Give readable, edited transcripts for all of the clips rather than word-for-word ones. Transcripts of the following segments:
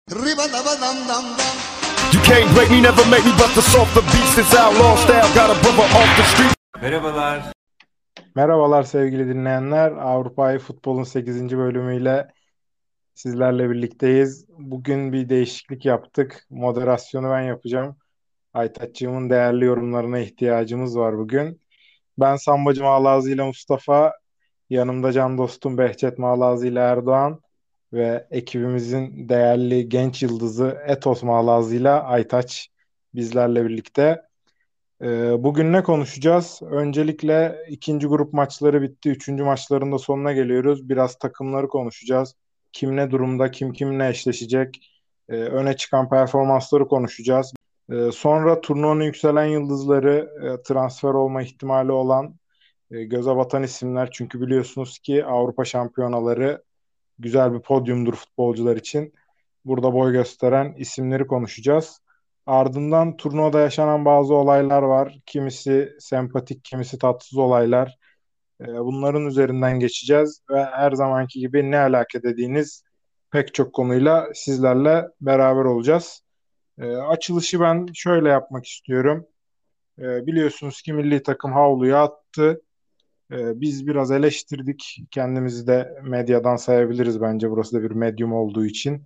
You can't break me, never make me bust the softer beats. This outlaw style got a brother off the street. Merhabalar. Merhabalar sevgili dinleyenler. Avrupa'yı futbolun 8. bölümüyle sizlerle birlikteyiz. Bugün bir değişiklik yaptık. Moderasyonu ben yapacağım. Aytaç'cığımın değerli yorumlarına ihtiyacımız var bugün. Ben Sambacı Mağlazi ile Mustafa, yanımda can dostum Behçet Mağlazi ile Erdoğan ve ekibimizin değerli genç yıldızı Etos Mağlazi ile Aytaç bizlerle birlikte. Bugün ne konuşacağız? Öncelikle ikinci grup maçları bitti. Üçüncü maçların da sonuna geliyoruz. Biraz takımları konuşacağız. Kim ne durumda, kim kimle eşleşecek? Öne çıkan performansları konuşacağız. Sonra turnuvanın yükselen yıldızları, transfer olma ihtimali olan, göze batan isimler. Çünkü biliyorsunuz ki Avrupa şampiyonaları güzel bir podyumdur futbolcular için. Burada boy gösteren isimleri konuşacağız. Ardından turnuvada yaşanan bazı olaylar var. Kimisi sempatik, kimisi tatsız olaylar. Bunların üzerinden geçeceğiz ve her zamanki gibi ne alaka dediğiniz pek çok konuyla sizlerle beraber olacağız. Açılışı ben şöyle yapmak istiyorum. Biliyorsunuz ki milli takım havluyu attı. Biz biraz eleştirdik. Kendimizi de medyadan sayabiliriz bence. Burası da bir medyum olduğu için.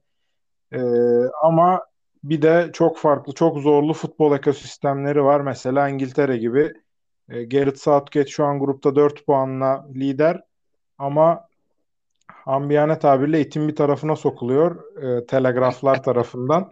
Ama bir de çok farklı, çok zorlu futbol ekosistemleri var. Mesela İngiltere gibi. Gareth Southgate şu an grupta 4 puanla lider. Ama ambiyane tabirle itin bir tarafına sokuluyor. Telegraflar tarafından.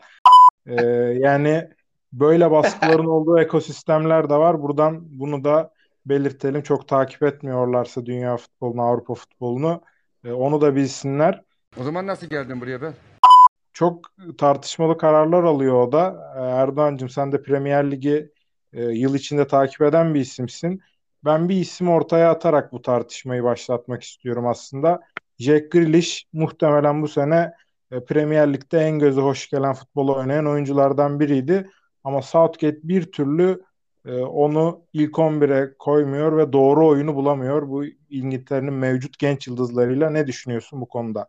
Yani böyle baskıların olduğu ekosistemler de var. Buradan bunu da belirtelim. Çok takip etmiyorlarsa dünya futbolunu, Avrupa futbolunu onu da bilsinler. O zaman nasıl geldin buraya be? Çok tartışmalı kararlar alıyor o da. Erdoğan'cığım sen de Premier Ligi yıl içinde takip eden bir isimsin. Ben bir isim ortaya atarak bu tartışmayı başlatmak istiyorum aslında. Jack Grealish muhtemelen bu sene Premier Lig'de en göze hoş gelen futbolu oynayan oyunculardan biriydi. Ama Southgate bir türlü onu ilk 11'e koymuyor ve doğru oyunu bulamıyor. Bu İngiltere'nin mevcut genç yıldızlarıyla ne düşünüyorsun bu konuda?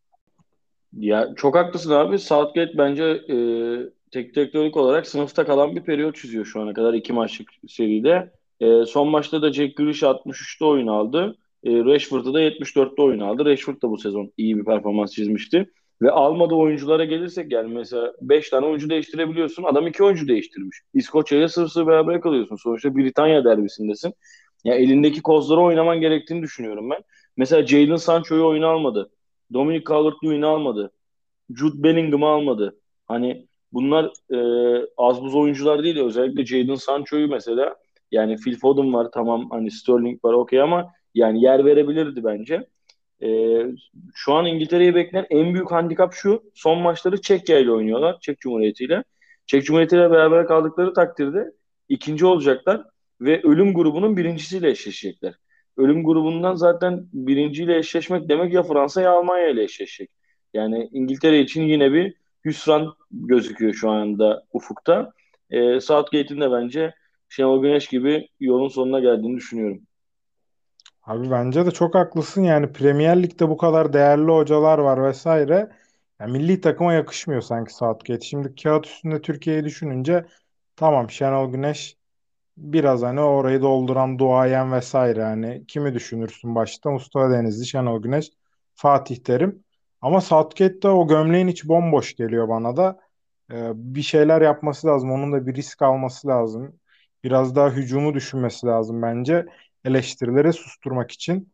Ya çok haklısın abi. Southgate bence teknik direktörlük olarak sınıfta kalan bir periyot çiziyor şu ana kadar 2 maçlık seride. Son maçta da Jack Grealish 63'te oyun aldı. Rashford'da da 74'te oyun aldı. Rashford da bu sezon iyi bir performans çizmişti. Ve almadığı oyunculara gelirsek yani mesela 5 tane oyuncu değiştirebiliyorsun. Adam 2 oyuncu değiştirmiş. İskoçya'ya sırf sır beraber kalıyorsun. Sonuçta Britanya derbisindesin. Ya elindeki kozları oynaman gerektiğini düşünüyorum ben. Mesela Jadon Sancho'yu oyuna almadı. Dominic Calvert-Lewin'i almadı. Jude Bellingham'ı almadı. Hani bunlar az buz oyuncular değil. Özellikle Jadon Sancho'yu mesela yani Phil Foden var tamam hani Sterling var okey ama yani yer verebilirdi bence. E, Şu an İngiltere'yi bekleyen en büyük handikap şu. Son maçları Çekya ile oynuyorlar. Çek Cumhuriyeti ile. Çek Cumhuriyeti ile beraber kaldıkları takdirde ikinci olacaklar ve ölüm grubunun birincisiyle eşleşecekler. Ölüm grubundan zaten birinciyle eşleşmek demek ya Fransa ya Almanya ile eşleşecek. Yani İngiltere için yine bir hüsran gözüküyor şu anda ufukta. Southgate'in de bence Şenol Güneş gibi yolun sonuna geldiğini düşünüyorum. Abi bence de çok haklısın yani Premier Lig'de bu kadar değerli hocalar var vesaire. Ya milli takıma yakışmıyor sanki Southgate. Şimdi kağıt üstünde Türkiye'yi düşününce tamam Şenol Güneş biraz hani orayı dolduran duayen vesaire hani kimi düşünürsün başta Mustafa Denizli, Şenol Güneş, Fatih Terim. Ama Southgate'de o gömleğin içi bomboş geliyor bana da. Bir şeyler yapması lazım. Onun da bir risk alması lazım. Biraz daha hücumu düşünmesi lazım bence eleştirileri susturmak için.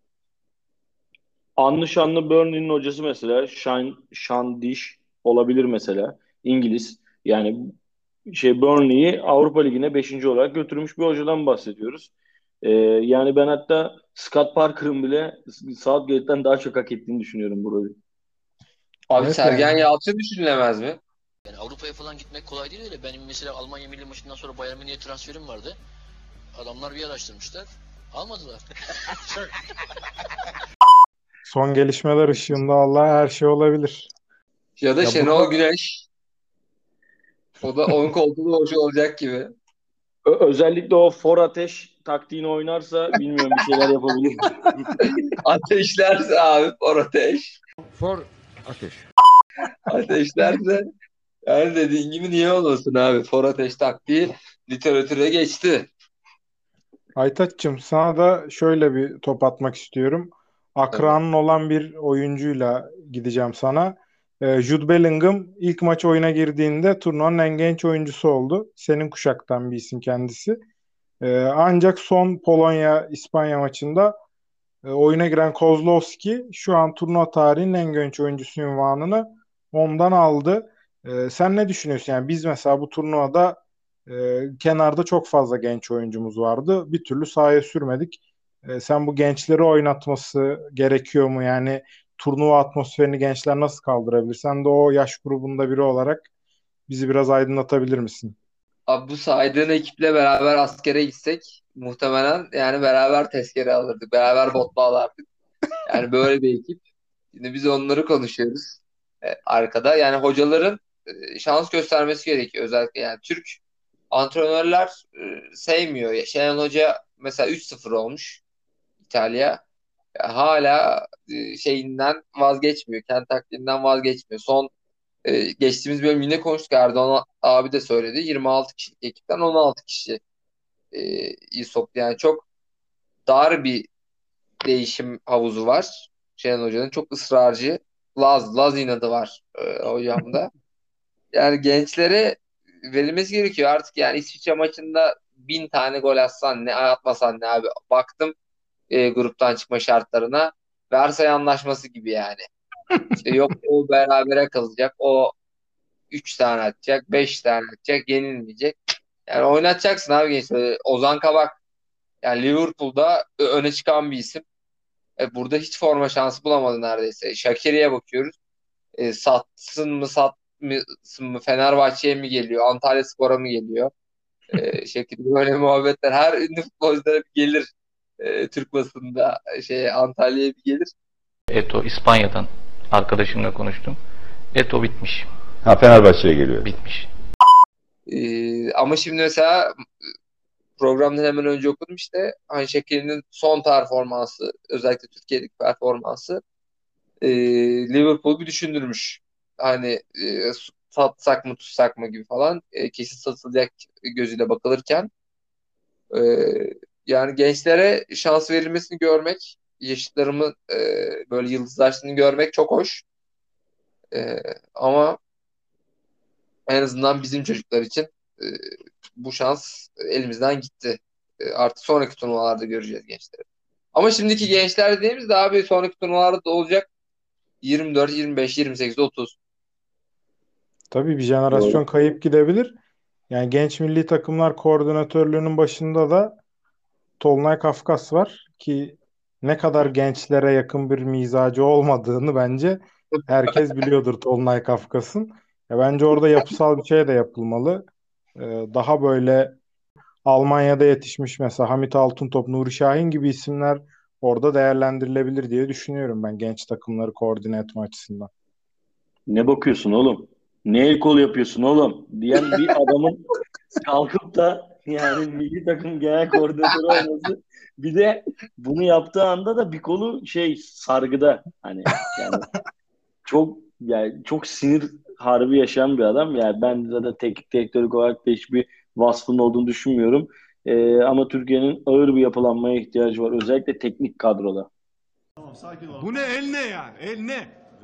Anlı şanlı Burnley'nin hocası mesela Sean Dyche olabilir mesela. İngiliz. Yani Burnley'i Avrupa Ligi'ne beşinci olarak götürmüş bir hocadan bahsediyoruz. Yani ben hatta Scott Parker'ın bile Southgate'den daha çok hak ettiğini düşünüyorum bu rolü. Abi Evet Sergen yani. Yalçın düşünülemez mi? Yani Avrupa'ya falan gitmek kolay değil öyle. Benim mesela Almanya milli maçından sonra Bayern Münih'e transferim vardı. Adamlar bir araştırmışlar. Almadılar. Son gelişmeler ışığında Allah her şey olabilir. Ya da Ya Şenol burada Güneş. O da onun koltuğunda hoca olacak gibi. Özellikle o for ateş taktiğini oynarsa bilmiyorum bir şeyler yapabilir. Ateşlerse abi for ateş. For ateş. Ateşlerse Yani dediğin gibi niye olmasın abi? Forateş taktiği literatüre geçti. Aytaç'cığım sana da şöyle bir top atmak istiyorum. Tabii. Akranın olan bir oyuncuyla gideceğim sana. Jude Bellingham ilk maç oyuna girdiğinde turnuvanın en genç oyuncusu oldu. Senin kuşaktan bir isim kendisi. Ancak son Polonya-İspanya maçında oyuna giren Kozlowski şu an turnuva tarihinin en genç oyuncusu unvanını ondan aldı. Sen ne düşünüyorsun? Yani biz mesela bu turnuvada kenarda çok fazla genç oyuncumuz vardı. Bir türlü sahaya sürmedik. Sen bu gençleri oynatması gerekiyor mu? Yani turnuva atmosferini gençler nasıl kaldırabilir? Sen de o yaş grubunda biri olarak bizi biraz aydınlatabilir misin? Abi bu saydığın ekiple beraber askere gitsek muhtemelen yani beraber tezkere alırdık. Beraber botla alırdık. Yani böyle bir ekip. Şimdi biz onları konuşuyoruz arkada. Yani hocaların şans göstermesi gerekiyor özellikle. Yani Türk antrenörler sevmiyor. Şenol Hoca mesela 3-0 olmuş İtalya. Ya hala şeyinden vazgeçmiyor. Kendi taktiğinden vazgeçmiyor. Son geçtiğimiz bölüm yine konuştuk. Erdoğan abi de söyledi. 26 kişilik ekipten 16 kişi iyi soktu. Yani çok dar bir değişim havuzu var. Şenol Hoca'nın çok ısrarcı. Laz inadı var hocamda. Yani gençlere verilmesi gerekiyor. Artık yani İsviçre maçında 1.000 tane gol atsan ne atmasan ne abi. Baktım gruptan çıkma şartlarına. Versay anlaşması gibi yani. İşte yok o berabere kalacak. O 3 tane atacak. 5 tane atacak. Yenilmeyecek. Yani oynatacaksın abi gençleri. Ozan Kabak yani Liverpool'da öne çıkan bir isim. Burada hiç forma şansı bulamadı neredeyse. Şakir'e bakıyoruz. Satsın mı satmasın mı Fenerbahçe'ye mi geliyor? Antalyaspor'a mı geliyor? Şekilde böyle muhabbetler. Her ünlü futbolculara bir gelir. Türk basında Antalya'ya bir gelir. Eto İspanya'dan arkadaşımla konuştum. Eto bitmiş. Ha, Fenerbahçe'ye geliyor. Bitmiş. Ama şimdi mesela programdan hemen önce okudum işte. Aynı Şekil'in son performansı, özellikle Türkiye'deki performansı Liverpool bir düşündürmüş. Hani satsak mı tutsak mı gibi falan. Kesin satılacak gözüyle bakılırken. E, Yani gençlere şans verilmesini görmek, yaşıtlarımın böyle yıldızlaştığını görmek çok hoş. E, Ama en azından bizim çocuklar için e, bu şans elimizden gitti. Artık sonraki turnuvalarda göreceğiz gençleri. Ama şimdiki gençler dediğimiz de abi sonraki turnuvalarda da olacak 24, 25, 28, 30. Tabii bir Doğru. jenerasyon kayıp gidebilir. Yani genç milli takımlar koordinatörlüğünün başında da Tolunay Kafkas var ki ne kadar gençlere yakın bir mizacı olmadığını bence herkes biliyordur Tolunay Kafkas'ın. Bence orada yapısal bir şey de yapılmalı. Daha böyle Almanya'da yetişmiş mesela Hamit Altıntop, Nuri Şahin gibi isimler orada değerlendirilebilir diye düşünüyorum ben genç takımları koordine etme açısından. Ne bakıyorsun oğlum? Ne el kol yapıyorsun oğlum? Diyen bir adamın kalkıp da yani milli takım genel koordinatörü olması, bir de bunu yaptığı anda da bir kolu sargıda, hani yani çok sinir harbi yaşayan bir adam. Yani ben zaten teknik direktörlük olarak da hiçbir vasfının olduğunu düşünmüyorum. Ama Türkiye'nin ağır bir yapılanmaya ihtiyacı var. Özellikle teknik kadroda. Bu ne el ne yani? El ne?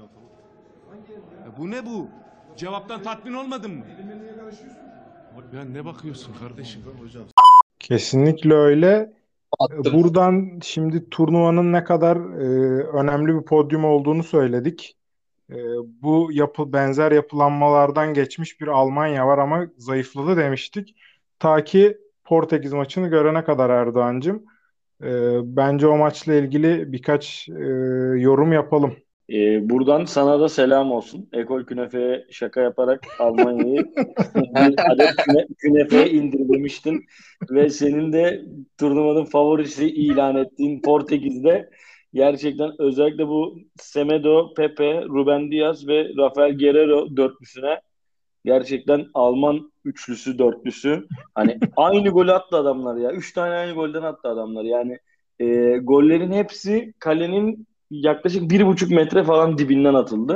Bu ne bu? Cevaptan tatmin olmadın mı? Ya ne bakıyorsun kardeşim? Kesinlikle öyle. Attım. Buradan şimdi turnuvanın ne kadar önemli bir podyum olduğunu söyledik. E, Bu benzer yapılanmalardan geçmiş bir Almanya var ama zayıfladı demiştik. Ta ki Portekiz maçını görene kadar Erdoğancığım. Bence o maçla ilgili birkaç yorum yapalım. Buradan sana da selam olsun. Ekol Künefe'ye şaka yaparak Almanya'yı bir adet künefeye indirgemiştin. Ve senin de turnuvanın favorisi ilan ettiğin Portekiz'de gerçekten özellikle bu Semedo, Pepe, Ruben Dias ve Rafael Guerreiro dörtlüsüne, gerçekten Alman üçlüsü, dörtlüsü. Hani aynı golü attı adamlar ya. 3 tane aynı golden attı adamlar. Yani gollerin hepsi kalenin yaklaşık 1,5 metre falan dibinden atıldı.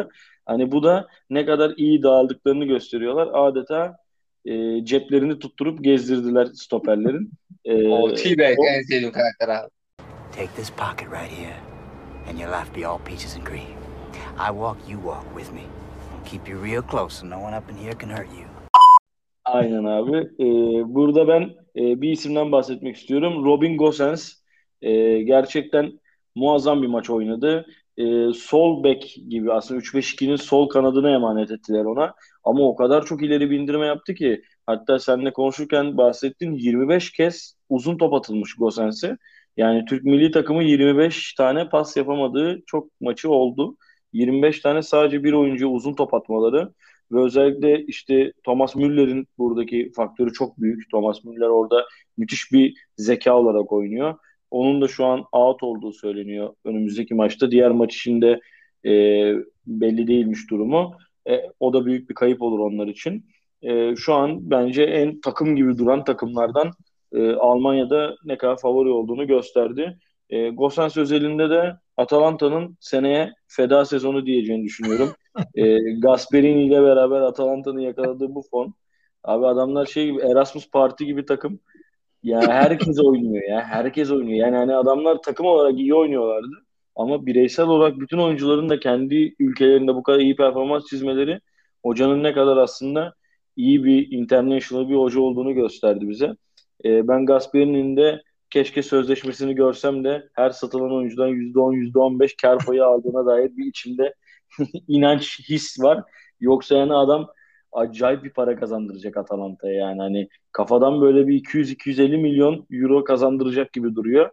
Hani bu da ne kadar iyi dağıldıklarını gösteriyorlar. Adeta ceplerini tutturup gezdirdiler stoperlerin. O T-Bag O en sevdiğim karakter abi. Take this pocket right here, and your life be all peaches and cream. I walk, you walk with me. Keep you real close so no one up in here can hurt you. aynen abi. Burada ben bir isimden bahsetmek istiyorum. Robin Gosens. Gerçekten muazzam bir maç oynadı. Sol bek gibi aslında 3-5-2'nin sol kanadına emanet ettiler ona. Ama o kadar çok ileri bindirme yaptı ki hatta seninle konuşurken bahsettin 25 kez uzun top atılmış Gosens'e. Yani Türk milli takımı 25 tane pas yapamadığı çok maçı oldu. 25 tane sadece bir oyuncu uzun top atmaları. Ve özellikle işte Thomas Müller'in buradaki faktörü çok büyük. Thomas Müller orada müthiş bir zeka olarak oynuyor. Onun da şu an out olduğu söyleniyor önümüzdeki maçta. Diğer maç içinde e, belli değilmiş durumu. O da büyük bir kayıp olur onlar için. Şu an bence en takım gibi duran takımlardan Almanya'da ne kadar favori olduğunu gösterdi. Gosens özelinde de Atalanta'nın seneye feda sezonu diyeceğini düşünüyorum. Gasperini ile beraber Atalanta'nın yakaladığı bu form. Abi adamlar şey gibi Erasmus Parti gibi takım. Ya herkes oynuyor ya. Herkes oynuyor. Yani hani adamlar takım olarak iyi oynuyorlardı. Ama bireysel olarak bütün oyuncuların da kendi ülkelerinde bu kadar iyi performans çizmeleri hocanın ne kadar aslında iyi bir international bir hoca olduğunu gösterdi bize. Ben Gasperini'nin de keşke sözleşmesini görsem de her satılan oyuncudan %10, %15 kar payı aldığına dair bir içimde inanç, his var. Yoksa yani adam acayip bir para kazandıracak Atalanta'ya yani hani kafadan böyle bir 200-250 milyon euro kazandıracak gibi duruyor.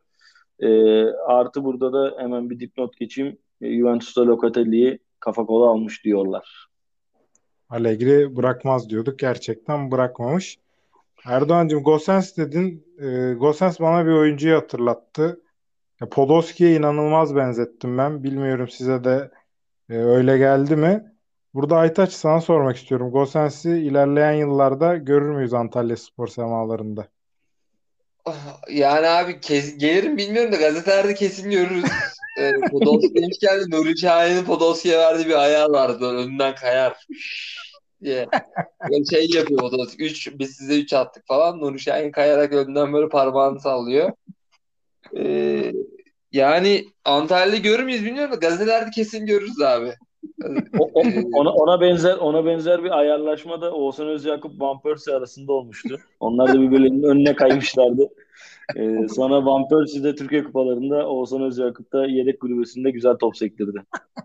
Artı burada da hemen bir dipnot geçeyim. Juventus'ta Locatelli'yi kafa kola almış diyorlar. Allegri bırakmaz diyorduk. Gerçekten bırakmamış. Erdoğan'cığım Gosens dedin. Gosens bana bir oyuncuyu hatırlattı. Podolski'ye inanılmaz benzettim ben. Bilmiyorum size de öyle geldi mi? Burada Aytaç sana sormak istiyorum. Gosens'i ilerleyen yıllarda görür müyüz Antalya spor semalarında? Yani abi gelirim bilmiyorum da gazetelerde kesin görürüz. Podolski demişken de Nuri Şahin'in Podolski'ye verdiği bir ayar vardı. Böyle önünden kayar diye. Böyle şey yapıyor Podolski. Biz size 3 attık falan. Nuri Şahin kayarak önden böyle parmağını sallıyor. Ee, Yani Antalya'da görür müyüz bilmiyorum da gazetelerde kesin görürüz abi. Ee, Ona benzer bir ayarlaşma da Oğuzhan Özyakup Van Persie arasında olmuştu. Onlar da birbirlerinin önüne kaymışlardı. Sonra Van Persie de Türkiye Kupalarında Oğuzhan Özyakup da yedek kulübesinde güzel top sektirdi.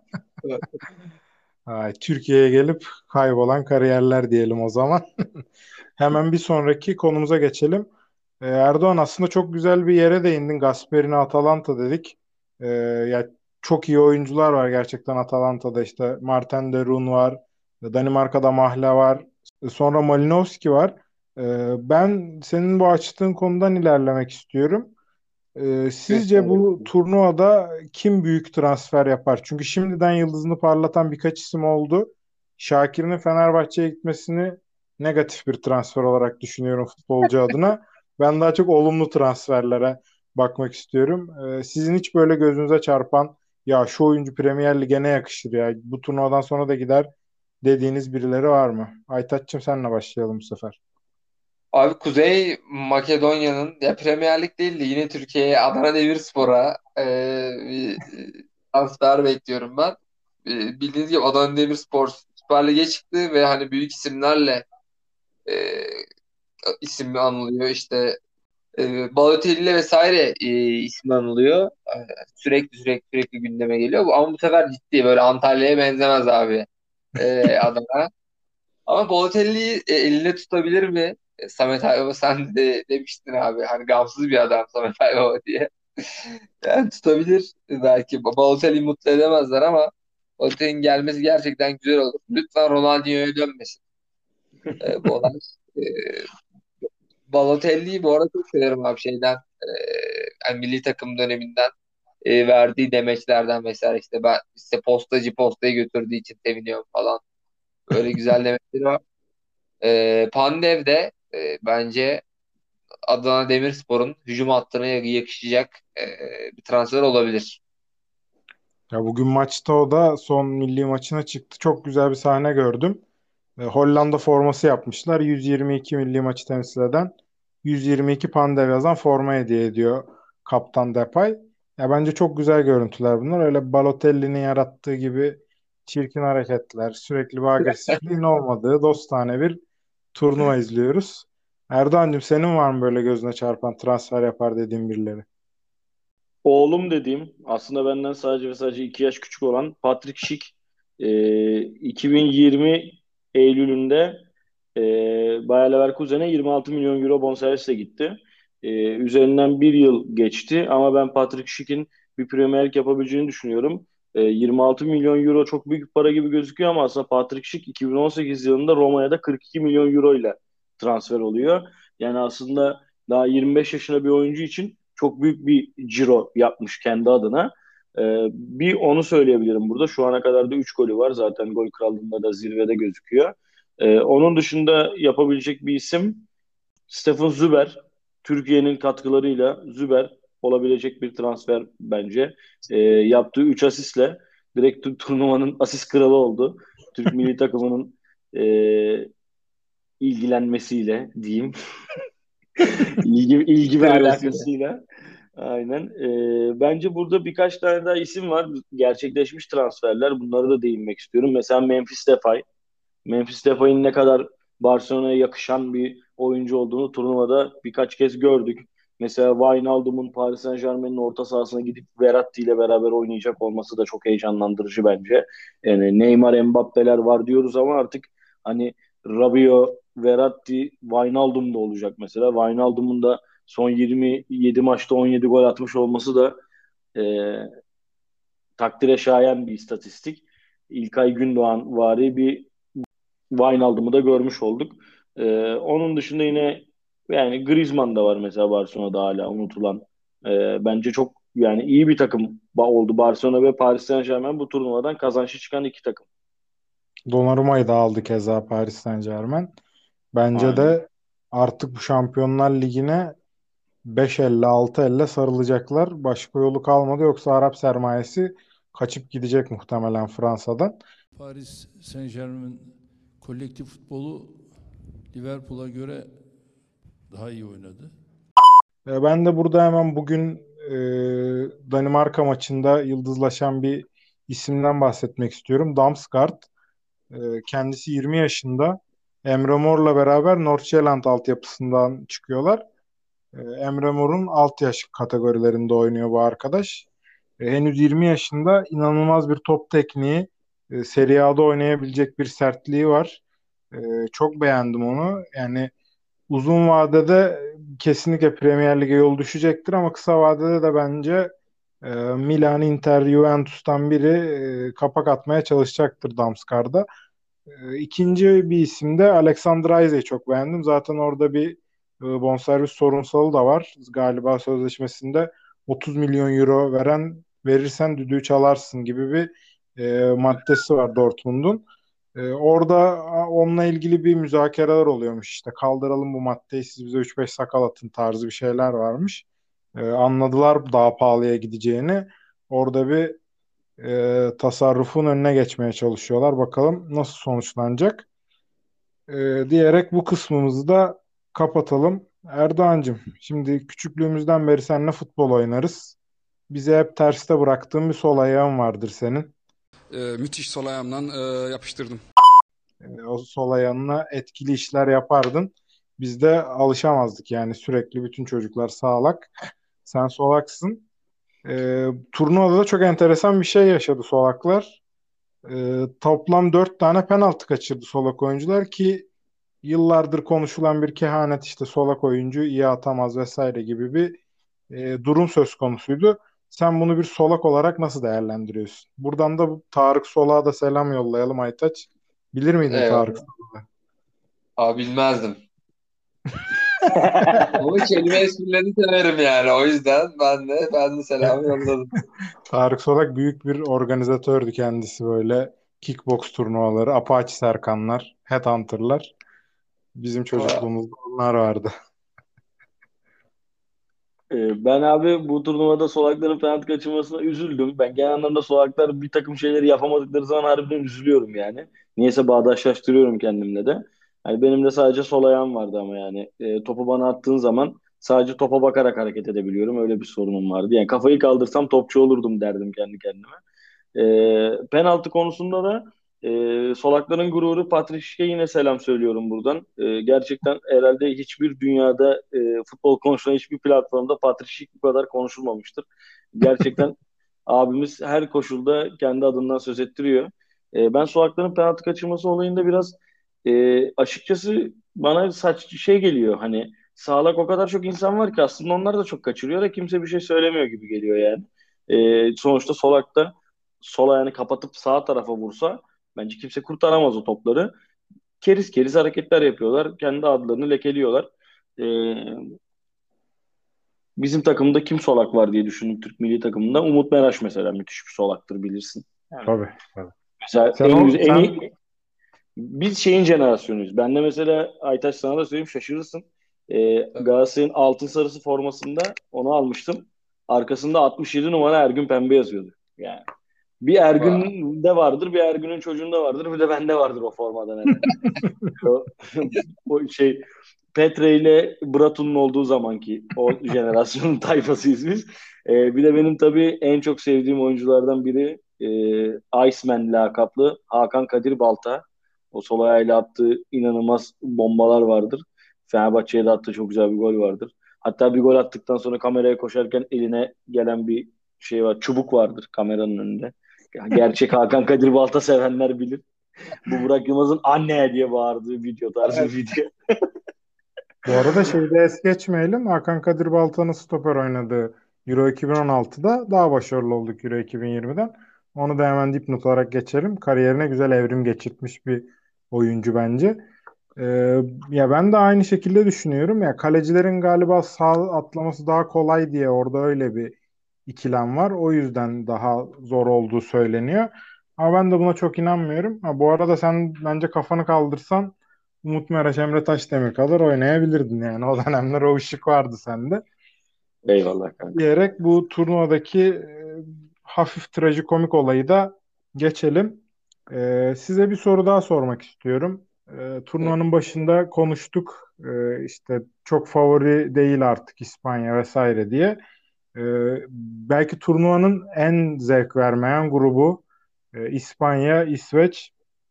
Ay, Türkiye'ye gelip kaybolan kariyerler diyelim o zaman. Hemen bir sonraki konumuza geçelim. Erdoğan aslında çok güzel bir yere değindin. Gasperini Atalanta dedik. Ya çok iyi oyuncular var gerçekten Atalanta'da. İşte Martin de Roon var. Danimarka'da Mahla var. Sonra Malinowski var. Ben senin bu açtığın konudan ilerlemek istiyorum. Sizce bu turnuvada kim büyük transfer yapar? Çünkü şimdiden yıldızını parlatan birkaç isim oldu. Şakir'in Fenerbahçe'ye gitmesini negatif bir transfer olarak düşünüyorum futbolcu adına. Ben daha çok olumlu transferlere bakmak istiyorum. Sizin hiç böyle gözünüze çarpan ya şu oyuncu Premier Lig'e ne yakışır ya bu turnuvadan sonra da gider dediğiniz birileri var mı? Aytaç'cığım senle başlayalım bu sefer. Abi Kuzey Makedonya'nın ya Premier Lig değil de yine Türkiye'ye Adana Demirspor'a bir transfer bekliyorum ben. Bildiğiniz gibi Adana Demirspor Süper Lig'e çıktı ve hani büyük isimlerle e, isim anılıyor. İşte Balotelli vesaire ismi anılıyor. Sürekli gündeme geliyor. Ama bu sefer ciddi böyle Antalya'ya benzemez abi Adana. Ama Balotelli'yi eline tutabilir mi? Samet Aybaba sen de demiştin abi. Hani gamsız bir adam Samet Aybaba diye. Yani tutabilir belki. Balotelli'yi mutlu edemezler ama Balotelli'nin gelmesi gerçekten güzel olur. Lütfen Ronaldinho'ya dönmesin bu olay. E, Balotelli'yi bu arada çok severim abi şeyden. Yani milli takım döneminden verdiği demeçlerden mesela işte ben işte postayı götürdüğü için seviniyorum falan. Öyle güzel demeçleri var. Pandev de bence Adana Demirspor'un hücum hattına yakışacak bir transfer olabilir. Ya bugün maçta o da son milli maçına çıktı. Çok güzel bir sahne gördüm. Hollanda forması yapmışlar. 122 milli maçı temsil eden 122 Pandev yazan forma hediye ediyor Kaptan Depay. Ya bence çok güzel görüntüler bunlar. Öyle Balotelli'nin yarattığı gibi çirkin hareketler, sürekli bir agresifliğin olmadığı dostane bir turnuva izliyoruz. Erdoğan'cığım senin var mı böyle gözüne çarpan transfer yapar dediğin birileri? Oğlum dediğim aslında benden sadece ve sadece 2 yaş küçük olan Patrick Schick 2020 Eylül'ünde e, Bayer Leverkusen'e 26 milyon euro bonservisle gitti. Üzerinden bir yıl geçti ama ben Patrick Schick'in bir Premier Lig yapabileceğini düşünüyorum. 26 milyon euro çok büyük bir para gibi gözüküyor ama aslında Patrick Schick 2018 yılında Roma'ya da 42 milyon euro ile transfer oluyor. Yani aslında daha 25 yaşında bir oyuncu için çok büyük bir ciro yapmış kendi adına. Bir onu söyleyebilirim burada. Şu ana kadar da 3 golü var. Zaten gol krallığında da zirvede gözüküyor. Onun dışında yapabilecek bir isim Stefan Züber. Türkiye'nin katkılarıyla Züber olabilecek bir transfer bence. Yaptığı 3 asistle direkt turnuvanın asist kralı oldu. Türk milli takımının e, ilgilenmesiyle diyeyim. İlgi ve Zirvesiyle. alakasıyla. Aynen. Bence burada birkaç tane daha isim var. Gerçekleşmiş transferler. Bunlara da değinmek istiyorum. Mesela Memphis Depay. Memphis Depay'ın ne kadar Barcelona'ya yakışan bir oyuncu olduğunu turnuvada birkaç kez gördük. Mesela Wijnaldum'un Paris Saint-Germain'in orta sahasına gidip Verratti ile beraber oynayacak olması da çok heyecanlandırıcı bence. Yani Neymar, Mbappe'ler var diyoruz ama artık hani Rabiot, Verratti, Wijnaldum da olacak mesela. Wijnaldum'un da son 27 maçta 17 gol atmış olması da e, takdire şayan bir istatistik. İlkay Gündoğan vari bir Wijnaldum'u da görmüş olduk. Onun dışında yine yani Griezmann da var mesela Barcelona'da hala unutulan. Bence çok yani iyi bir takım oldu Barcelona ve Paris Saint-Germain bu turnuvadan kazançlı çıkan iki takım. Donnarumma'yı da aldı keza Paris Saint-Germain. Bence Aynen. de artık bu Şampiyonlar Ligi'ne 5 elle 6 elle sarılacaklar. Başka yolu kalmadı yoksa Arap sermayesi kaçıp gidecek muhtemelen Fransa'dan. Paris Saint-Germain kolektif futbolu Liverpool'a göre daha iyi oynadı. Ben de burada hemen bugün Danimarka maçında yıldızlaşan bir isimden bahsetmek istiyorum. Damsgaard. Kendisi 20 yaşında. Emre Mor'la beraber Nordsjælland altyapısından çıkıyorlar. Emre Mor'un alt yaş kategorilerinde oynuyor bu arkadaş. Henüz 20 yaşında inanılmaz bir top tekniği, Serie A'da oynayabilecek bir sertliği var. Çok beğendim onu. Yani uzun vadede kesinlikle Premier Lig'e yol düşecektir ama kısa vadede de bence Milan, Inter, Juventus'tan biri kapak atmaya çalışacaktır Damsgaard'a. İkinci bir isim de Alexander Isaac'i çok beğendim. Zaten orada bir bonservis sorunsalı da var. Galiba sözleşmesinde 30 milyon euro verirsen düdüğü çalarsın gibi bir maddesi var Dortmund'un. Orada onunla ilgili bir müzakereler oluyormuş. İşte kaldıralım bu maddeyi siz bize 3-5 sakal atın tarzı bir şeyler varmış. Anladılar daha pahalıya gideceğini. Orada bir tasarrufun önüne geçmeye çalışıyorlar. Bakalım nasıl sonuçlanacak. Diyerek bu kısmımızı da kapatalım. Erdoğan'cığım, şimdi küçüklüğümüzden beri seninle futbol oynarız. Bize hep terste bıraktığın bir sol ayağın vardır senin. Müthiş sol ayağımdan yapıştırdım. O sol ayağınla etkili işler yapardın. Biz de alışamazdık yani sürekli bütün çocuklar sağlak. Sen solaksın. Turnuvada da çok enteresan bir şey yaşadı solaklar. Toplam 4 tane penaltı kaçırdı solak oyuncular ki yıllardır konuşulan bir kehanet işte solak oyuncu iyi atamaz vesaire gibi bir durum söz konusuydu. Sen bunu bir solak olarak nasıl değerlendiriyorsun? Buradan da bu Tarık Solak'a da selam yollayalım Aytaç. Bilir miydin Tarık Eyvallah. Solak'ı? Abi bilmezdim. Ama kelime esprilerini severim yani. O yüzden ben de selam yolladım. Tarık Solak büyük bir organizatördü kendisi böyle kickbox turnuvaları, Apache Serkanlar, Headhunter'lar. Bizim Ama çocukluğumuzda onlar vardı. Ben abi bu turnuvada solakların penaltı kaçırmasına üzüldüm. Ben genel anlamda solaklar bir takım şeyleri yapamadıkları zaman harbiden üzülüyorum yani. Niyeyse bağdaşlaştırıyorum kendimle de. Yani benim de sadece sol ayağım vardı ama yani topu bana attığın zaman sadece topa bakarak hareket edebiliyorum. Öyle bir sorunum vardı. Yani kafayı kaldırsam topçu olurdum derdim kendi kendime. Penaltı konusunda da solakların gururu Patrick Schick'e yine selam söylüyorum buradan. Gerçekten herhalde hiçbir dünyada futbol konuşulan hiçbir platformda Patrick Schick bu kadar konuşulmamıştır. Gerçekten abimiz her koşulda kendi adından söz ettiriyor. Ben solakların penaltı kaçırması olayında biraz açıkçası bana şey geliyor, hani sağlak o kadar çok insan var ki aslında onlar da çok kaçırıyor da kimse bir şey söylemiyor gibi geliyor yani. Sonuçta solakta sol ayağını kapatıp sağ tarafa vursa bence kimse kurtaramaz o topları. Keriz keriz hareketler yapıyorlar. Kendi adlarını lekeliyorlar. Ee, Bizim takımda kim solak var diye düşündüm Türk milli takımında. Umut Meraş mesela müthiş bir solaktır, bilirsin. Yani Tabii, tabii. mesela Sen o en sen iyi biz şeyin jenerasyonuyuz. Ben de mesela Aytaç sana da söyleyeyim, şaşırırsın. Tabii. Galatasaray'ın altın sarısı formasında onu almıştım. Arkasında 67 numara Ergün Pembe yazıyordu. Yani bir Vay. Ergün'de vardır, bir Ergün'ün çocuğunda vardır, bir de bende vardır o formadan herhalde. O, o şey Petre ile Bratu'nun olduğu zamanki o jenerasyonun tayfasıyız biz. Bir de benim tabii en çok sevdiğim oyunculardan biri Iceman lakaplı Hakan Kadir Balta. O sol ayağıyla attığı inanılmaz bombalar vardır. Fenerbahçe'ye de attığı çok güzel bir gol vardır. Hatta bir gol attıktan sonra kameraya koşarken eline gelen bir şey var. Çubuk vardır kameranın önünde. Gerçek Hakan Kadir Balta sevenler bilir. Bu Burak Yılmaz'ın anne diye bağırdığı video tarzı bir Evet. video. Bu arada şeyde es geçmeyelim. Hakan Kadir Balta'nın stoper oynadığı Euro 2016'da daha başarılı olduk Euro 2020'den. Onu da hemen dipnot olarak geçelim. Kariyerine güzel evrim geçirtmiş bir oyuncu bence. Ya ben de aynı şekilde düşünüyorum. Ya kalecilerin galiba sağ atlaması daha kolay diye orada öyle bir ikilem var. O yüzden daha zor olduğu söyleniyor. Ama ben de buna çok inanmıyorum. Ha, bu arada sen bence kafanı kaldırsan Umut Meraş, Emre Taşdemir kadar oynayabilirdin yani. O dönemler o ışık vardı sende. Eyvallah kanka. Diyerek bu turnuvadaki hafif trajikomik olayı da geçelim. Size bir soru daha sormak istiyorum. Turnuvanın başında konuştuk. İşte çok favori değil artık İspanya vesaire diye. Belki turnuvanın en zevk vermeyen grubu İspanya, İsveç,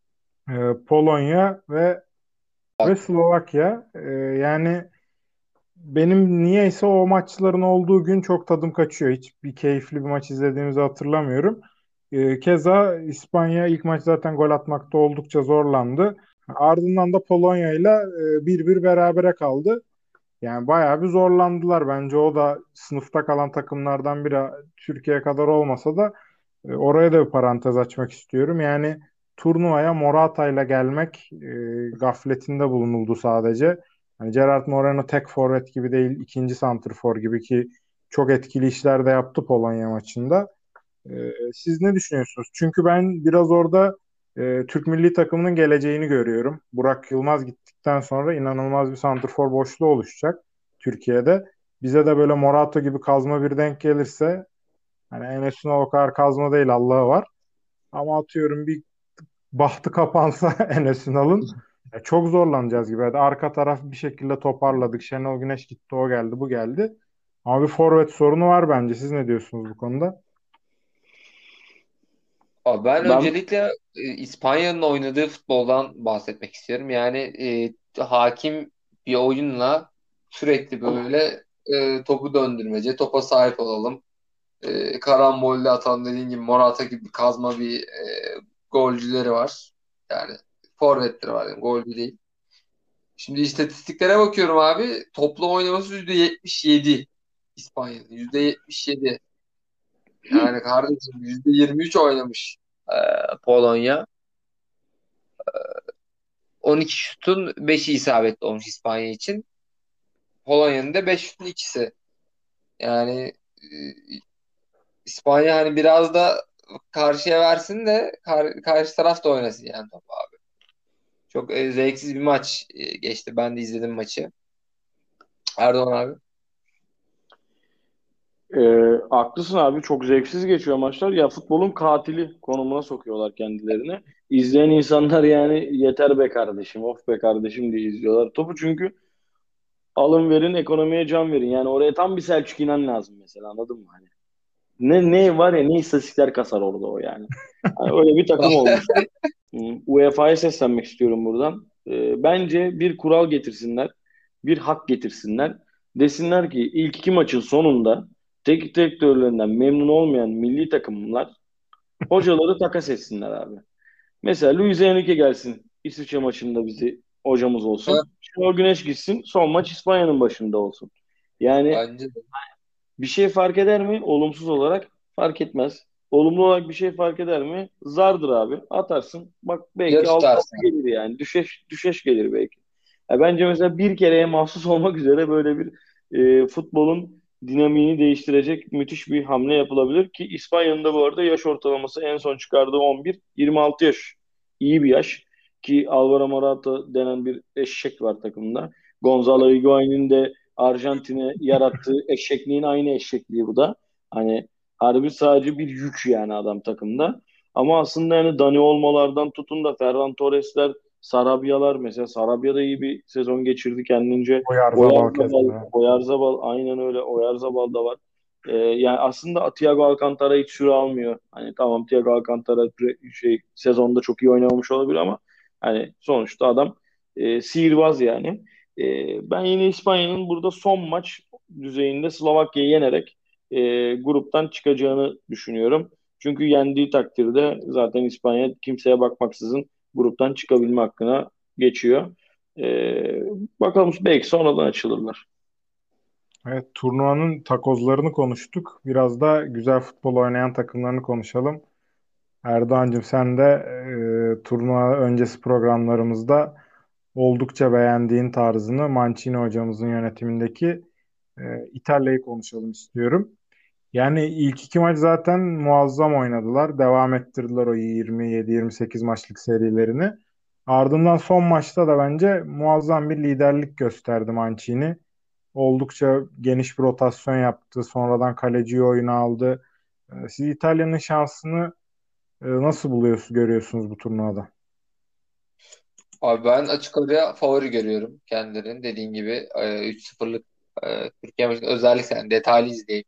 Polonya ve Bak. Slovakya. Yani benim niyeyse o maçların olduğu gün çok tadım kaçıyor. Hiç bir keyifli bir maç izlediğimizi hatırlamıyorum. Keza İspanya ilk maç zaten gol atmakta oldukça zorlandı. Ardından da Polonya ile 1-1 berabere kaldı. Yani bayağı bir zorlandılar. Bence o da sınıfta kalan takımlardan biri. Türkiye kadar olmasa da oraya da bir parantez açmak istiyorum. Yani turnuvaya Morata ile gelmek gafletinde bulunuldu sadece. Hani Gerard Moreno tek forvet gibi değil, ikinci santrfor gibi ki çok etkili işler de yaptı Polonya maçında. Siz ne düşünüyorsunuz? Çünkü ben biraz orada Türk milli takımının geleceğini görüyorum. Burak Yılmaz gittikten sonra inanılmaz bir santrfor boşluğu oluşacak Türkiye'de. Bize de böyle Morata gibi kazma bir denk gelirse, hani Enes Ünal o kadar kazma değil, Allah'ı var. Ama atıyorum bir bahtı kapansa Enes Ünal'ın çok zorlanacağız gibi. Hadi arka taraf bir şekilde toparladık. Şenol Güneş gitti, o geldi, bu geldi. Ama bir forvet sorunu var bence. Siz ne diyorsunuz bu konuda? Abi ben Ben öncelikle İspanya'nın oynadığı futboldan bahsetmek istiyorum. Yani hakim bir oyunla sürekli böyle topu döndürmece, topa sahip olalım. Karambolle atan, dediğin gibi Morata gibi kazma bir golcüleri var. Yani forvetleri var, yani golcü değil. Şimdi istatistiklere bakıyorum abi. Toplam oynaması %77 İspanya'nın. %77. Yani kardeşim %23 oynamış e, Polonya. 12 şutun 5'i isabetli olmuş İspanya için. Polonya'nın da 5 şutun ikisi. Yani e, İspanya hani biraz da karşıya versin de karşı taraf da oynasın yani top abi. Çok zevksiz bir maç geçti. Ben de izledim maçı. Erdoğan abi. Haklısın abi, çok zevksiz geçiyor maçlar. Ya futbolun katili konumuna sokuyorlar kendilerini. İzleyen insanlar yani yeter be kardeşim, of be kardeşim diye izliyorlar topu. Çünkü alın verin, ekonomiye can verin. Yani oraya tam bir Selçuk İnan lazım mesela, anladın mı? Hani ne var ya, ne istatistikler kasar orada o yani. Hani öyle bir takım olmuşlar. UEFA'ya seslenmek istiyorum buradan. Bence bir kural getirsinler, bir hak getirsinler. Desinler ki ilk iki maçın sonunda teknik direktörlerinden memnun olmayan milli takımlar hocaları takas etsinler abi. Mesela Luis Enrique gelsin, İsviçre maçında bizi hocamız Ha, olsun. Şenol Güneş gitsin, son maç İspanya'nın başında olsun. Yani bence de. bir şey fark eder mi? Olumsuz olarak fark etmez. Olumlu olarak bir şey fark eder mi? Zardır abi. Atarsın. Bak Ya belki 6-6 tutarsın. gelir yani. Düşeş gelir belki. Ya bence mesela bir kereye mahsus olmak üzere böyle bir futbolun dinamiğini değiştirecek müthiş bir hamle yapılabilir ki İspanya'nın da bu arada yaş ortalaması en son çıkardığı 11 26 yaş. İyi bir yaş ki Alvaro Morata denen bir eşek var takımda. Gonzalo Higuain'in de Arjantin'e yarattığı eşekliğin aynı eşekliği bu da. Hani harbi sadece bir yük yani adam takımda. Ama aslında yani Dani Olmo'lardan tutun da Ferran Torres'ler, Sarabia'lar, mesela Sarabia da iyi bir sezon geçirdi kendince. Oyarzabal Oyarzabal, keza. Oyarzabal aynen öyle. Oyarzabal da var. Yani aslında Thiago Alcantara hiç süre almıyor. Hani tamam, Thiago Alcantara sezonda çok iyi oynamamış olabilir ama hani sonuçta adam sihirbaz yani. Ben yine İspanya'nın burada son maç düzeyinde Slovakya'yı yenerek gruptan çıkacağını düşünüyorum. Çünkü yendiği takdirde zaten İspanya kimseye bakmaksızın gruptan çıkabilme hakkına geçiyor. E, Bakalım, belki sonradan açılırlar. Evet, turnuvanın takozlarını konuştuk. Biraz da güzel futbol oynayan takımlarını konuşalım. Erdoğan'cığım sen de turnuva öncesi programlarımızda oldukça beğendiğin tarzını Mancini hocamızın yönetimindeki İtalya'yı konuşalım istiyorum. Yani ilk iki maç zaten muazzam oynadılar. Devam ettirdiler o 27-28 maçlık serilerini. Ardından son maçta da bence muazzam bir liderlik gösterdi Mancini. Oldukça geniş bir rotasyon yaptı. Sonradan kaleciyi oyuna aldı. Siz İtalya'nın şansını nasıl görüyorsunuz bu turnuvada? Abi ben açık ara favori görüyorum kendilerinin. Dediğin gibi 3-0'lık Türkiye maçında özellikle yani detaylı izleyip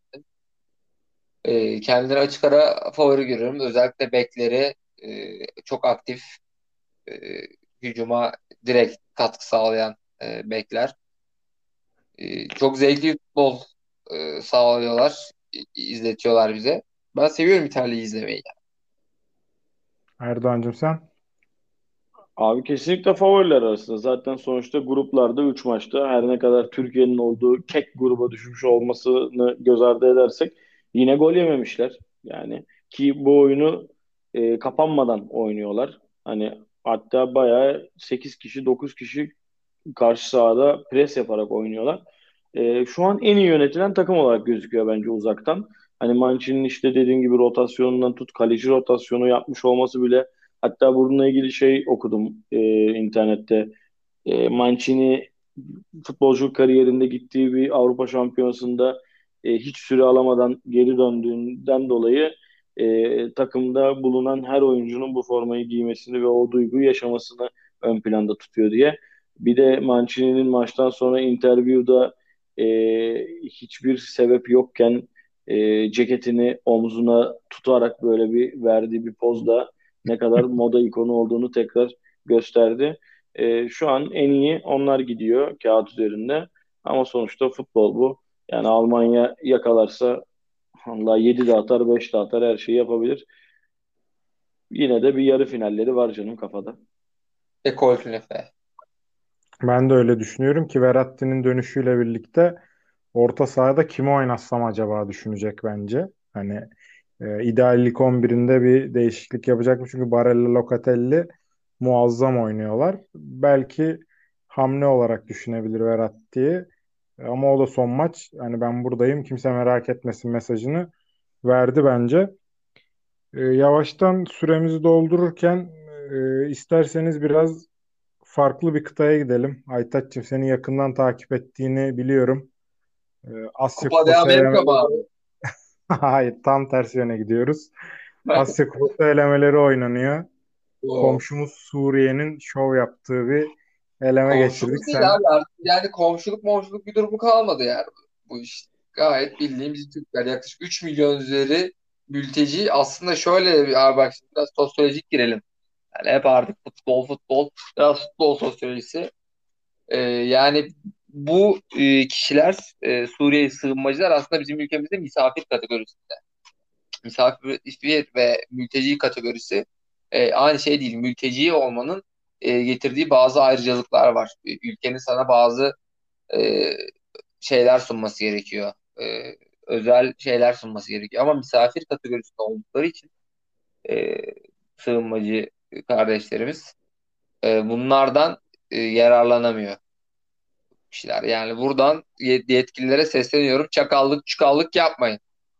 kendileri açık ara favori görüyorum. Özellikle bekleri çok aktif, e, hücuma direkt katkı sağlayan bekler. Çok zevkli bir futbol sağlıyorlar, izletiyorlar bize. Ben seviyorum İtalya'yı izlemeyi. Erdoğan'cığım sen? Abi kesinlikle favoriler arasında. Zaten sonuçta gruplarda 3 maçta, her ne kadar Türkiye'nin olduğu kek gruba düşmüş olmasını göz ardı edersek, yine gol yememişler. Yani ki bu oyunu kapanmadan oynuyorlar. Hani hatta bayağı 8 kişi 9 kişi karşı sahada pres yaparak oynuyorlar. Şu an en iyi yönetilen takım olarak gözüküyor bence uzaktan. Hani Mancini'nin işte dediğim gibi rotasyonundan tut, kaleci rotasyonu yapmış olması bile, hatta bununla ilgili şey okudum internette. Mancini futbolculuk kariyerinde gittiği bir Avrupa Şampiyonası'nda hiç süre alamadan geri döndüğünden dolayı takımda bulunan her oyuncunun bu formayı giymesini ve o duyguyu yaşamasını ön planda tutuyor diye. Bir de Mancini'nin maçtan sonra interview'da hiçbir sebep yokken ceketini omzuna tutarak böyle bir verdiği bir pozda ne kadar moda ikonu olduğunu tekrar gösterdi. Şu an en iyi onlar gidiyor kağıt üzerinde. Ama sonuçta futbol bu. Yani Almanya yakalarsa Allah 7 de atar, 5 de atar, her şeyi yapabilir. Yine de bir yarı finalleri var canım kafada. Ekol künefe. Ben de öyle düşünüyorum ki Verratti'nin dönüşüyle birlikte orta sahada kimi oynatsam acaba düşünecek bence. Hani ideal lig 11'inde bir değişiklik yapacak mı? Çünkü Barella, Locatelli muazzam oynuyorlar. Belki hamle olarak düşünebilir Verratti'yi. Ama o da son maç. Hani ben buradayım, kimse merak etmesin mesajını verdi bence. Yavaştan süremizi doldururken isterseniz biraz farklı bir kıtaya gidelim. Aytaç'cığım seni yakından takip ettiğini biliyorum. Asya Kupa de Kupası Amerika mı abi? Hayır, tam tersi yöne gidiyoruz. Asya Kupası elemeleri oynanıyor. O Komşumuz Suriye'nin şov yaptığı bir eleme geçirdik. komşumuz değil Sen abi artık. Yani komşuluk bir durumu kalmadı yani bu iş. Gayet bildiğimiz Türkler. Yaklaşık 3 milyon üzeri mülteci. Aslında şöyle bir abi bak şimdi biraz sosyolojik girelim. Yani hep artık futbol, biraz futbol sosyolojisi. Yani bu kişiler Suriye sığınmacılar aslında bizim ülkemizde misafir kategorisinde. Misafir ve mülteci kategorisi aynı şey değil. Mülteci olmanın getirdiği bazı ayrıcalıklar var. Ülkenin sana bazı e, şeyler sunması gerekiyor. Özel şeyler sunması gerekiyor. Ama misafir kategorisinde oldukları için e, sığınmacı kardeşlerimiz bunlardan yararlanamıyor kişiler. Yani buradan yetkililere sesleniyorum. Çakallık, çukallık yapmayın.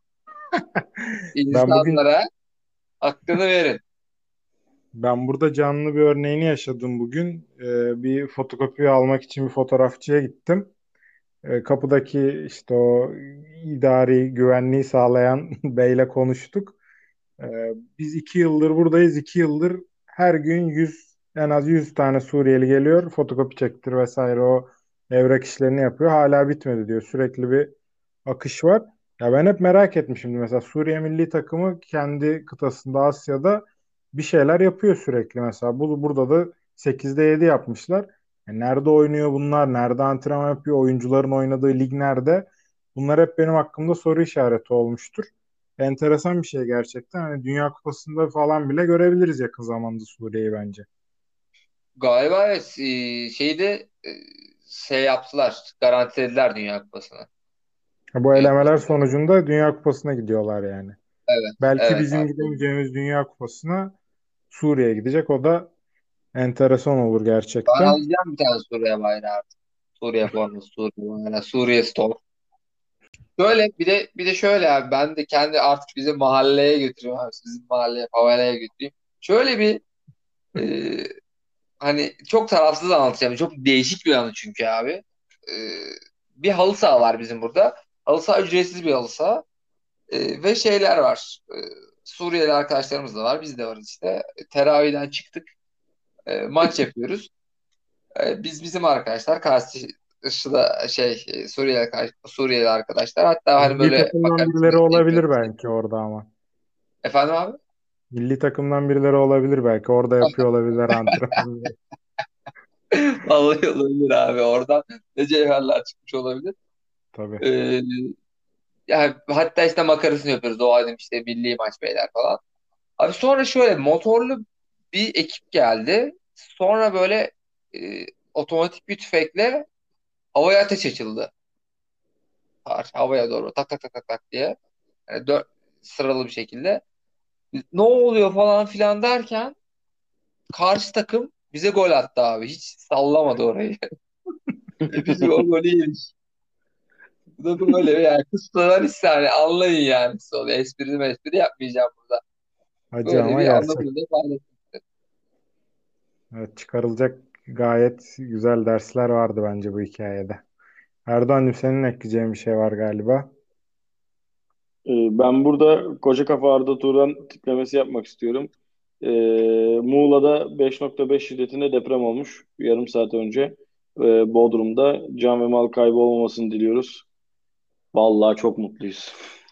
ben bugün İnsanlara hakkını verin. ben burada canlı bir örneğini yaşadım bugün. Bir fotokopi almak için bir fotoğrafçıya gittim. Kapıdaki işte o idari güvenliği sağlayan beyle konuştuk. Biz 2 yıldır buradayız. 2 yıldır her gün en az 100 tane Suriyeli geliyor. Fotokopi çektir vesaire o evrak işlerini yapıyor. Hala bitmedi diyor. Sürekli bir akış var. Ya ben hep merak etmişim. Mesela Suriye milli takımı kendi kıtasında Asya'da bir şeyler yapıyor sürekli. Mesela burada da 8'de 7 yapmışlar. Nerede oynuyor bunlar? Nerede antrenman yapıyor? Oyuncuların oynadığı lig nerede? Bunlar hep benim hakkımda soru işareti olmuştur. Enteresan bir şey gerçekten. Hani Dünya Kupası'nda falan bile görebiliriz yakın zamanda Suriye'yi bence. Galiba evet, şeyde şey yaptılar. Garantilediler Dünya Kupası'nı. Bu Dünya elemeler Kupası'nı. sonucunda Dünya Kupası'na gidiyorlar yani. Evet. Belki Evet bizim abi. gidemeyeceğimiz Dünya Kupası'na Suriye gidecek. O da enteresan olur Ben gerçekten. alacağım bir tane Suriye bayrağı artık. Suriye forması, Suriye bayrağı, Suriye Store. Böyle bir de şöyle abi ben de kendi artık bizi mahalleye götürüyorum abi. Bizim mahalleye, favelaya götüreyim. Şöyle bir e, hani çok tarafsız anlatacağım. Çok değişik bir anı çünkü abi. E, Bir halı saha var bizim burada. Halı saha ücretsiz bir halı saha. Ve şeyler var. Suriyeli arkadaşlarımız da var. Biz de varız işte. Teravihden çıktık. Maç yapıyoruz. Bizim arkadaşlar karşıda Suriyeli arkadaşlar. Hatta hani Milli böyle takımdan birileri bakarsınız denk olabilir görürsünüz. belki orada ama. Efendim abi? Milli takımdan birileri olabilir belki. Orada yapıyor olabilirler antrenmanı. Vallahi olabilir abi. Oradan ne cevherler çıkmış olabilir. Tabii. Ee, Yani hatta işte makarasını yapıyoruz. O aydın işte milli maç beyler falan. Abi sonra şöyle motorlu bir ekip geldi. Sonra böyle otomatik bir tüfekle havaya ateş açıldı. Havaya doğru tak tak tak tak tak diye. Yani sıralı bir şekilde. Ne oluyor falan filan derken karşı takım bize gol attı abi. Hiç sallamadı orayı. Biz o golü yedik. Bu da böyle yani kısadan yani anlayın yani. Sonra espri yapmayacağım burada. Acı Böyle ama bir gerçek. anlamında paylaşım. Evet, çıkarılacak gayet güzel dersler vardı bence bu hikayede. Erdoğan'cığım senin ekleyeceğin bir şey var galiba. Ben burada koca kafa Arda Turan tiplemesi yapmak istiyorum. Muğla'da 5.5 şiddetinde deprem olmuş yarım saat önce. Bodrum'da can ve mal kaybı olmamasını diliyoruz. Vallahi çok mutluyuz.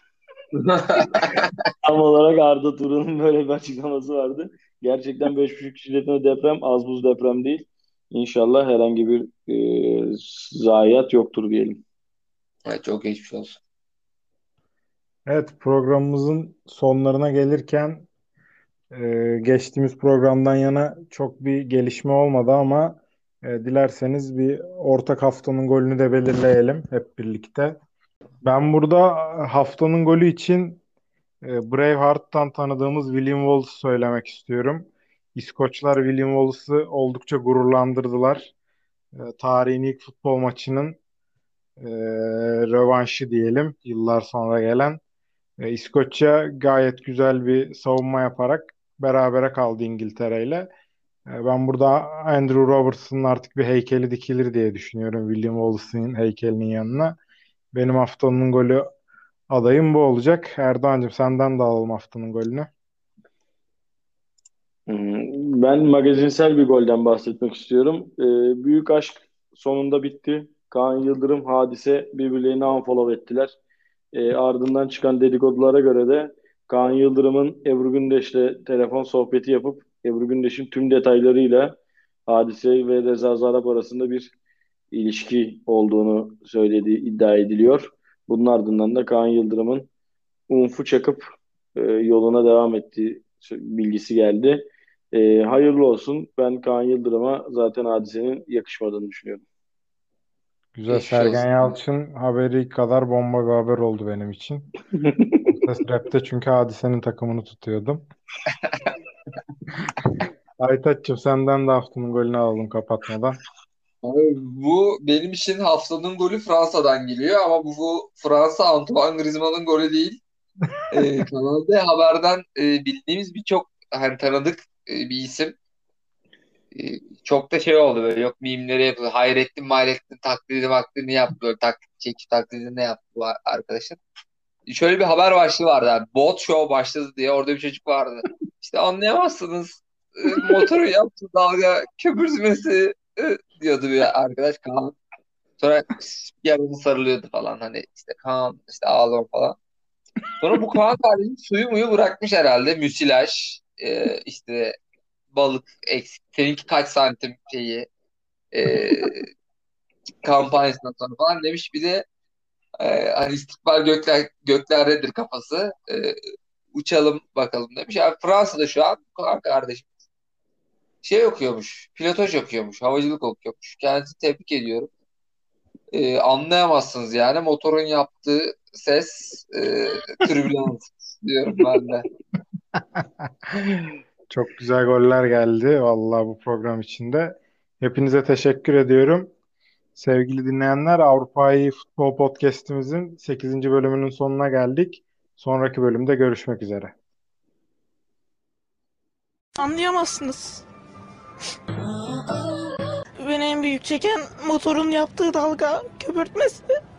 Tam olarak Arda Turan'ın böyle bir açıklaması vardı. Gerçekten 5.5 şiddetinde deprem az buz deprem değil. İnşallah herhangi bir zayiat yoktur diyelim. Evet, çok geçmiş olsun. Evet, programımızın sonlarına gelirken geçtiğimiz programdan yana çok bir gelişme olmadı ama dilerseniz bir ortak haftanın golünü de belirleyelim hep birlikte. Ben burada haftanın golü için Braveheart'tan tanıdığımız William Wallace'ı söylemek istiyorum. İskoçlar William Wallace'ı oldukça gururlandırdılar. Tarihin ilk futbol maçının e, rövanşı diyelim, yıllar sonra gelen. İskoçya gayet güzel bir savunma yaparak berabere kaldı İngiltere ile. Ben burada Andrew Robertson'ın artık bir heykeli dikilir diye düşünüyorum William Wallace'ın heykelinin yanına. Benim haftanın golü Adayım bu olacak. Erdoğan'cığım senden de alalım haftanın golünü. Ben magazinsel bir golden bahsetmek istiyorum. Büyük aşk sonunda bitti. Kaan Yıldırım, Hadise birbirlerini unfollow ettiler. Ardından çıkan dedikodulara göre de Kaan Yıldırım'ın Ebru Gündeş'le telefon sohbeti yapıp Ebru Gündeş'in tüm detaylarıyla Hadise ve Reza Zarrab arasında bir ilişki olduğunu söylediği iddia ediliyor. Bunun ardından da Kaan Yıldırım'ın unfu çakıp yoluna devam ettiği bilgisi geldi. Hayırlı olsun. Ben Kaan Yıldırım'a zaten Hadise'nin yakışmadığını düşünüyorum. Güzel. Geçmiş Sergen olsun. Yalçın haberi kadar bomba bir haber oldu benim için. Ses Rap'te çünkü Hadise'nin takımını tutuyordum. Aytaç'cığım senden de haftanın golünü alalım kapatmadan. Abi, bu benim için haftanın golü Fransa'dan geliyor ama bu Fransa Antoine Griezmann'ın golü değil. Kanal D Haber'den bildiğimiz birçok hani tanıdık bir isim. Çok da şey oldu böyle, yok mimleri yapıldı. Hayrettin taklidini yaptı. Böyle çekip taklidini yaptı bu arkadaşın. Şöyle bir haber başlığı vardı abi. Bot Show başladı diye, orada bir çocuk vardı. İşte anlayamazsınız. Motoru yaptı, dalga köpürtmesi diyordu bir arkadaş Kaan. Sonra yarın sarılıyordu falan, hani işte Kaan işte ağlama falan. Sonra bu Kaan kardeşim suyu muyu bırakmış herhalde. Müsilaj, işte balık eksik. Seninki kaç santim şeyi e, kampanyasından sonra falan demiş. Bir de hani istikbal göklerdedir kafası. Uçalım bakalım demiş. Yani Fransa'da şu an Kaan kardeşim şey okuyormuş. Pilotaj okuyormuş. Havacılık okuyormuş. Kendisi tebrik ediyorum. Anlayamazsınız yani. Motorun yaptığı ses türbülans diyorum ben de. Çok güzel goller geldi vallahi bu program içinde. Hepinize teşekkür ediyorum. Sevgili dinleyenler, Avrupa'yı Futbol Podcast'imizin 8. bölümünün sonuna geldik. Sonraki bölümde görüşmek üzere. Anlayamazsınız. Beni en büyük çeken motorun yaptığı dalga köpürtmesi.